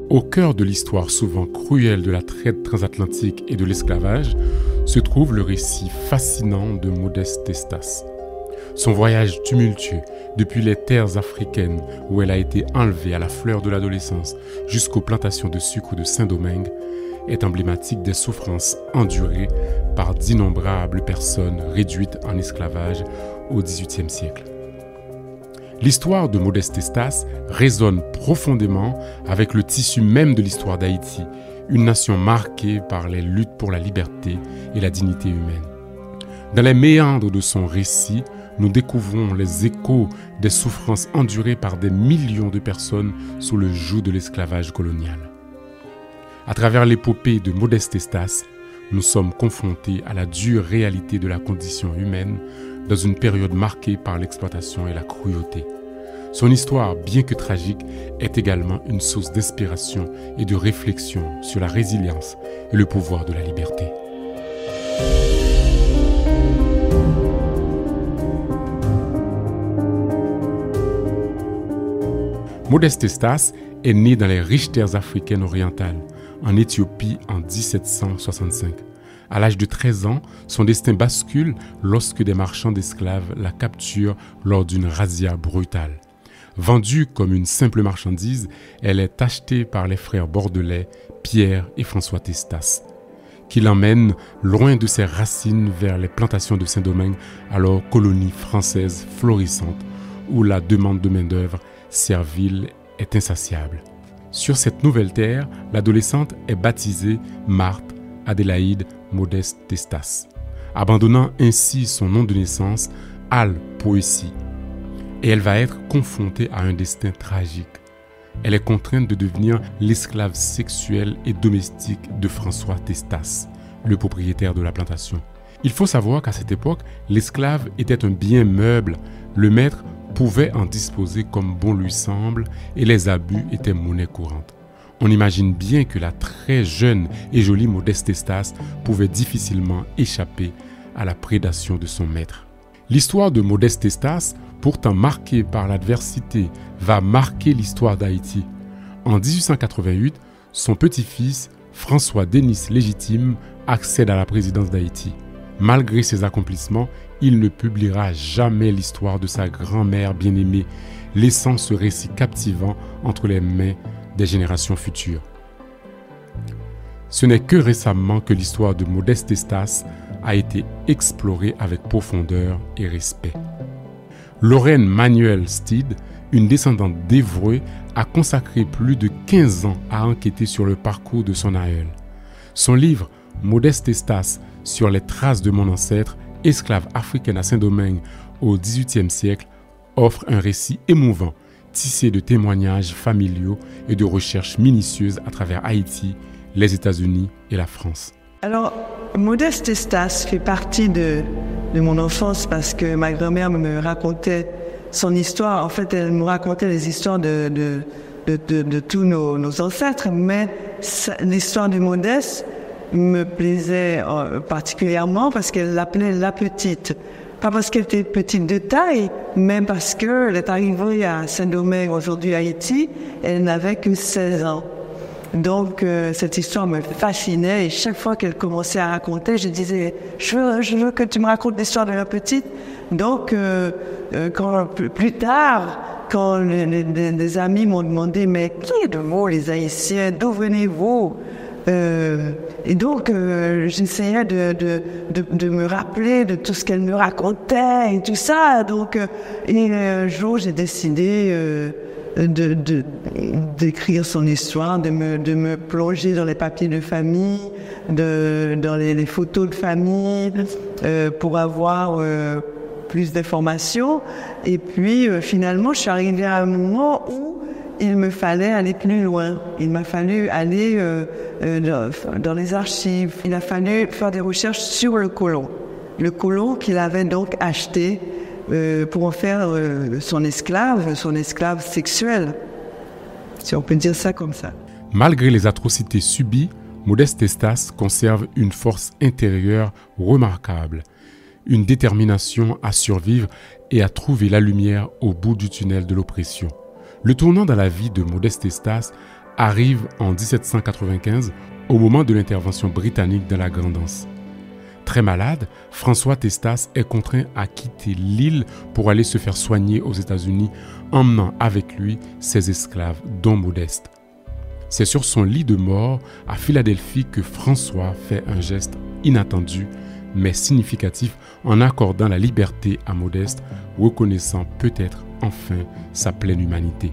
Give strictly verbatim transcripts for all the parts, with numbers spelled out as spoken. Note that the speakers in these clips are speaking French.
Au cœur de l'histoire souvent cruelle de la traite transatlantique et de l'esclavage se trouve le récit fascinant de Modeste Testas. Son voyage tumultueux depuis les terres africaines où elle a été enlevée à la fleur de l'adolescence jusqu'aux plantations de sucre de Saint-Domingue est emblématique des souffrances endurées par d'innombrables personnes réduites en esclavage au dix-huitième siècle. L'histoire de Modeste Testas résonne profondément avec le tissu même de l'histoire d'Haïti, une nation marquée par les luttes pour la liberté et la dignité humaine. Dans les méandres de son récit, nous découvrons les échos des souffrances endurées par des millions de personnes sous le joug de l'esclavage colonial. À travers l'épopée de Modeste Testas, nous sommes confrontés à la dure réalité de la condition humaine dans une période marquée par l'exploitation et la cruauté. Son histoire, bien que tragique, est également une source d'inspiration et de réflexion sur la résilience et le pouvoir de la liberté. Modeste Testas est né dans les riches terres africaines orientales, en Éthiopie en dix-sept cent soixante-cinq. À l'âge de treize ans, son destin bascule lorsque des marchands d'esclaves la capturent lors d'une razzia brutale. Vendue comme une simple marchandise, elle est achetée par les frères bordelais Pierre et François Testas, qui l'emmènent loin de ses racines vers les plantations de Saint-Domingue, alors colonie française florissante, où la demande de main-d'œuvre servile est insatiable. Sur cette nouvelle terre, l'adolescente est baptisée Marthe Adélaïde Modeste Testas, abandonnant ainsi son nom de naissance, Al Poésie. Et elle va être confrontée à un destin tragique. Elle est contrainte de devenir l'esclave sexuelle et domestique de François Testas, le propriétaire de la plantation. Il faut savoir qu'à cette époque, l'esclave était un bien meuble. Le maître pouvait en disposer comme bon lui semble et les abus étaient monnaie courante. On imagine bien que la très jeune et jolie Modeste Testas pouvait difficilement échapper à la prédation de son maître. L'histoire de Modeste Testas, pourtant marquée par l'adversité, va marquer l'histoire d'Haïti. En dix-huit cent quatre-vingt-huit, son petit-fils, François Denis Légitime, accède à la présidence d'Haïti. Malgré ses accomplissements, il ne publiera jamais l'histoire de sa grand-mère bien-aimée, laissant ce récit captivant entre les mains des générations futures. Ce n'est que récemment que l'histoire de Modeste Testas a été explorée avec profondeur et respect. Lorraine Manuel Steed, une descendante d'Évreux, a consacré plus de quinze ans à enquêter sur le parcours de son aïeul. Son livre « Modeste Testas sur les traces de mon ancêtre, esclave africaine à Saint-Domingue au dix-huitième siècle » offre un récit émouvant, tissé de témoignages familiaux et de recherches minutieuses à travers Haïti, les États-Unis et la France. Alors, Modeste Testas fait partie de, de mon enfance parce que ma grand-mère me racontait son histoire. En fait, elle me racontait les histoires de, de, de, de, de tous nos, nos ancêtres, mais l'histoire de Modeste me plaisait particulièrement parce qu'elle l'appelait la petite. Pas parce qu'elle était petite de taille, mais parce qu'elle est arrivée à Saint-Domingue, aujourd'hui Haïti, elle n'avait que seize ans. Donc, euh, cette histoire me fascinait et chaque fois qu'elle commençait à raconter, je disais, je veux, je veux que tu me racontes l'histoire de la petite. Donc, euh, euh, quand, plus tard, quand les, les, les amis m'ont demandé, mais qui est de vous, les Haïtiens, d'où venez-vous? Euh, et donc, euh, j'essayais de, de, de, de me rappeler de tout ce qu'elle me racontait et tout ça. Donc, euh, et un jour, j'ai décidé euh, de, de, d'écrire son histoire, de me, de me plonger dans les papiers de famille, de, dans les, les photos de famille, euh, pour avoir euh, plus d'informations. Et puis, euh, finalement, je suis arrivée à un moment où il me fallait aller plus loin. Il m'a fallu aller euh, euh, dans, dans les archives. Il a fallu faire des recherches sur le colon. Le colon qu'il avait donc acheté euh, pour en faire euh, son esclave, son esclave sexuel, si on peut dire ça comme ça. Malgré les atrocités subies, Modeste Testas conserve une force intérieure remarquable, une détermination à survivre et à trouver la lumière au bout du tunnel de l'oppression. Le tournant dans la vie de Modeste Testas arrive en dix-sept cent quatre-vingt-quinze au moment de l'intervention britannique dans la Grande Anse. Très malade, François Testas est contraint à quitter l'île pour aller se faire soigner aux États-Unis, emmenant avec lui ses esclaves, dont Modeste. C'est sur son lit de mort à Philadelphie que François fait un geste inattendu mais significatif en accordant la liberté à Modeste, reconnaissant peut-être enfin sa pleine humanité.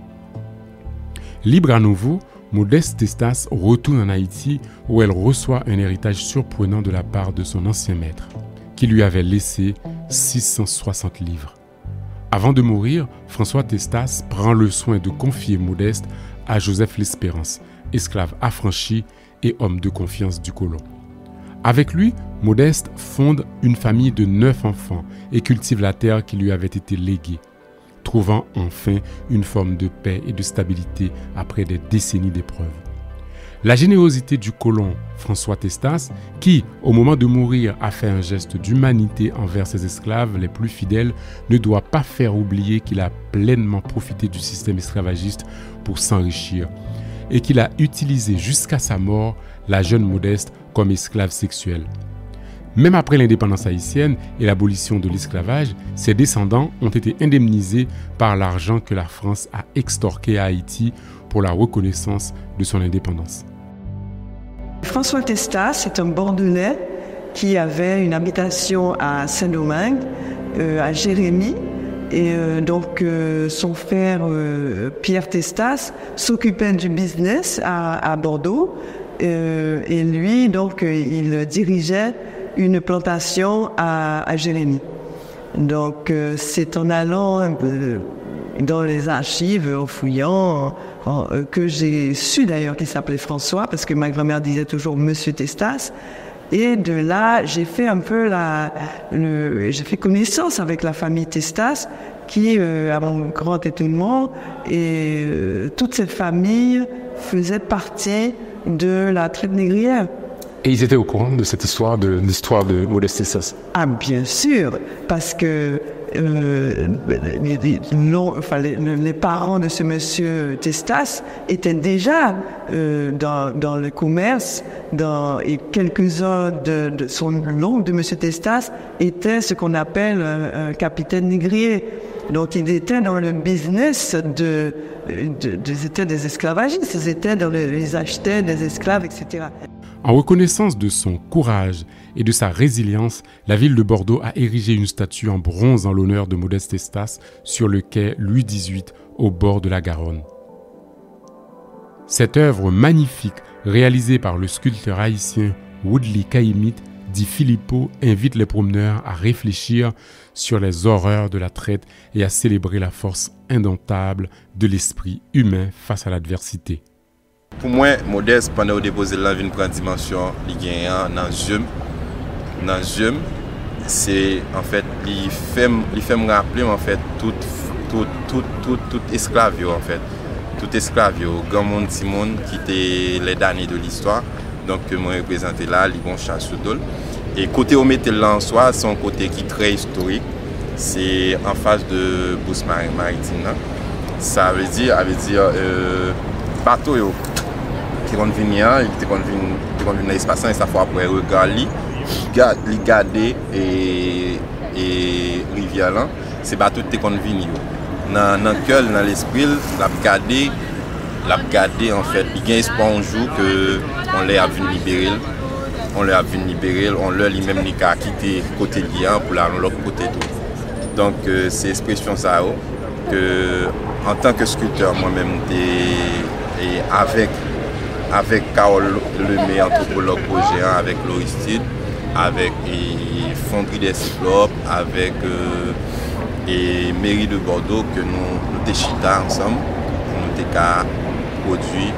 Libre à nouveau, Modeste Testas retourne en Haïti où elle reçoit un héritage surprenant de la part de son ancien maître, qui lui avait laissé six cent soixante livres. Avant de mourir, François Testas prend le soin de confier Modeste à Joseph L'Espérance, esclave affranchi et homme de confiance du colon. Avec lui, Modeste fonde une famille de neuf enfants et cultive la terre qui lui avait été léguée, trouvant enfin une forme de paix et de stabilité après des décennies d'épreuves. La générosité du colon François Testas, qui, au moment de mourir, a fait un geste d'humanité envers ses esclaves les plus fidèles, ne doit pas faire oublier qu'il a pleinement profité du système esclavagiste pour s'enrichir et qu'il a utilisé jusqu'à sa mort la jeune Modeste comme esclave sexuelle. Même après l'indépendance haïtienne et l'abolition de l'esclavage, ses descendants ont été indemnisés par l'argent que la France a extorqué à Haïti pour la reconnaissance de son indépendance. François Testas est un Bordelais qui avait une habitation à Saint-Domingue, euh, à Jérémie. Et euh, donc euh, son frère euh, Pierre Testas s'occupait du business à, à Bordeaux. Euh, et lui, donc, euh, il dirigeait une plantation à, à Jérémie. Donc, euh, c'est en allant un peu dans les archives, en fouillant, en, euh, que j'ai su d'ailleurs qu'il s'appelait François, parce que ma grand-mère disait toujours Monsieur Testas. Et de là, j'ai fait un peu la, le, j'ai fait connaissance avec la famille Testas, qui, euh, à mon grand étonnement, et euh, toute cette famille faisait partie de la traite négrière. Et ils étaient au courant de cette histoire, de l'histoire de Modeste Testas? Ah, bien sûr, parce que euh, les, les, non, enfin, les, les parents de ce monsieur Testas étaient déjà euh, dans, dans le commerce, dans, et quelques-uns de, de son oncle de monsieur Testas étaient ce qu'on appelle un, un capitaine négrier. Donc, ils étaient dans le business de, de, de ils étaient des esclavagistes, ils étaient dans le, ils achetaient des esclaves, et cetera. En reconnaissance de son courage et de sa résilience, la ville de Bordeaux a érigé une statue en bronze en l'honneur de Modeste Testas sur le quai Louis dix-huit au bord de la Garonne. Cette œuvre magnifique, réalisée par le sculpteur haïtien Woodley Caïmit, dit Philippot, invite les promeneurs à réfléchir sur les horreurs de la traite et à célébrer la force indomptable de l'esprit humain face à l'adversité. Pour moi, Modeste, pendant que déposé là, vient prendre dimension, il gagne dans le dans le c'est en fait, il fait, il fait me rappeler en fait tout, tout, tout, tout, tout esclave en fait, tout esclave, grand monde, petit monde qui était les derniers de l'histoire. Donc, que moi représenté là, les bons chats sous dol. Et côté au métal là en soi, c'est un côté qui est très historique. C'est en face de Bourse Maritime. Là. Ça veut dire, ça veut dire, euh, bateau yo, qui vont venir, qui vont venir dans l'espace et ça faut après regarder, regarder et et rivière là, c'est bateau qui vont venir. Dans dans cœur, dans l'esprit, la regarder. La regarder en fait, il y a espoir un jour que on les a vu libérer, on les a vu libérer, on leur lui même qu'à quitter côté lien pour aller l'autre côté tout. Donc euh, c'est expression ça que en tant que sculpteur moi-même et avec avec Carole Lemay, anthropologue géant, avec Loristide, avec et Fonderie des Cyclopes, avec euh, et mairie de Bordeaux que nous nous déchita ensemble, nous déca produit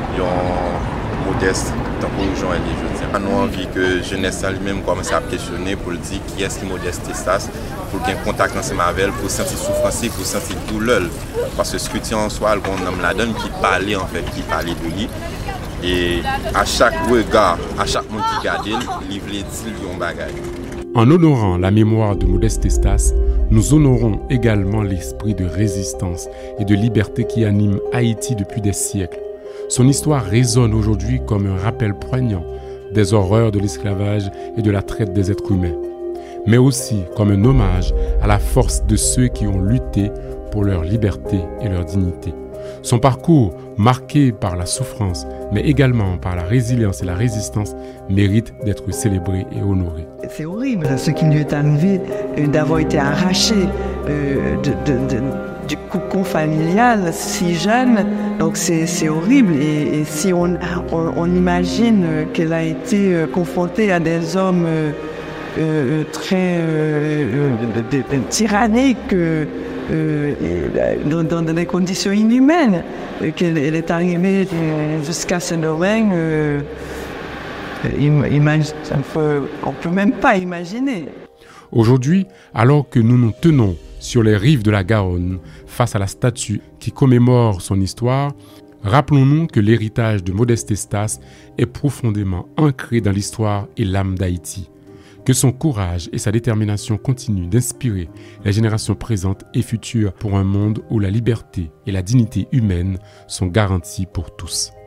un Modeste tant que nous jouons les jeux. Nous avons envie que jeunesse lui-même commence à questionner pour dire qui est-ce qui Modeste Testas, pour qu'il y ait un contact ensemble avec elle, pour sentir souffrance, pour sentir douleur. Parce que ce que tu en soi, on homme la donne qui parlait en fait, qui parlait de lui. Et à chaque regard, à chaque monde qui regarde, il voulait dire un bagage. En honorant la mémoire de Modeste Testas, nous honorons également l'esprit de résistance et de liberté qui anime Haïti depuis des siècles. Son histoire résonne aujourd'hui comme un rappel poignant des horreurs de l'esclavage et de la traite des êtres humains, mais aussi comme un hommage à la force de ceux qui ont lutté pour leur liberté et leur dignité. Son parcours, marqué par la souffrance, mais également par la résilience et la résistance, mérite d'être célébré et honoré. C'est horrible ce qui lui est arrivé, euh, d'avoir été arraché euh, de, de, de, du cocon familial si jeune. Donc c'est, c'est horrible. Et, et si on, on, on imagine qu'elle a été euh, confrontée à des hommes euh, euh, très euh, de, de, de, tyranniques, euh, Euh, dans, dans des conditions inhumaines, euh, qu'elle elle est arrivée jusqu'à ce domaine, euh, imagine, on ne peut même pas imaginer. Aujourd'hui, alors que nous nous tenons sur les rives de la Garonne, face à la statue qui commémore son histoire, rappelons-nous que l'héritage de Modeste Estas est profondément ancré dans l'histoire et l'âme d'Haïti. Que son courage et sa détermination continuent d'inspirer les générations présentes et futures pour un monde où la liberté et la dignité humaine sont garanties pour tous.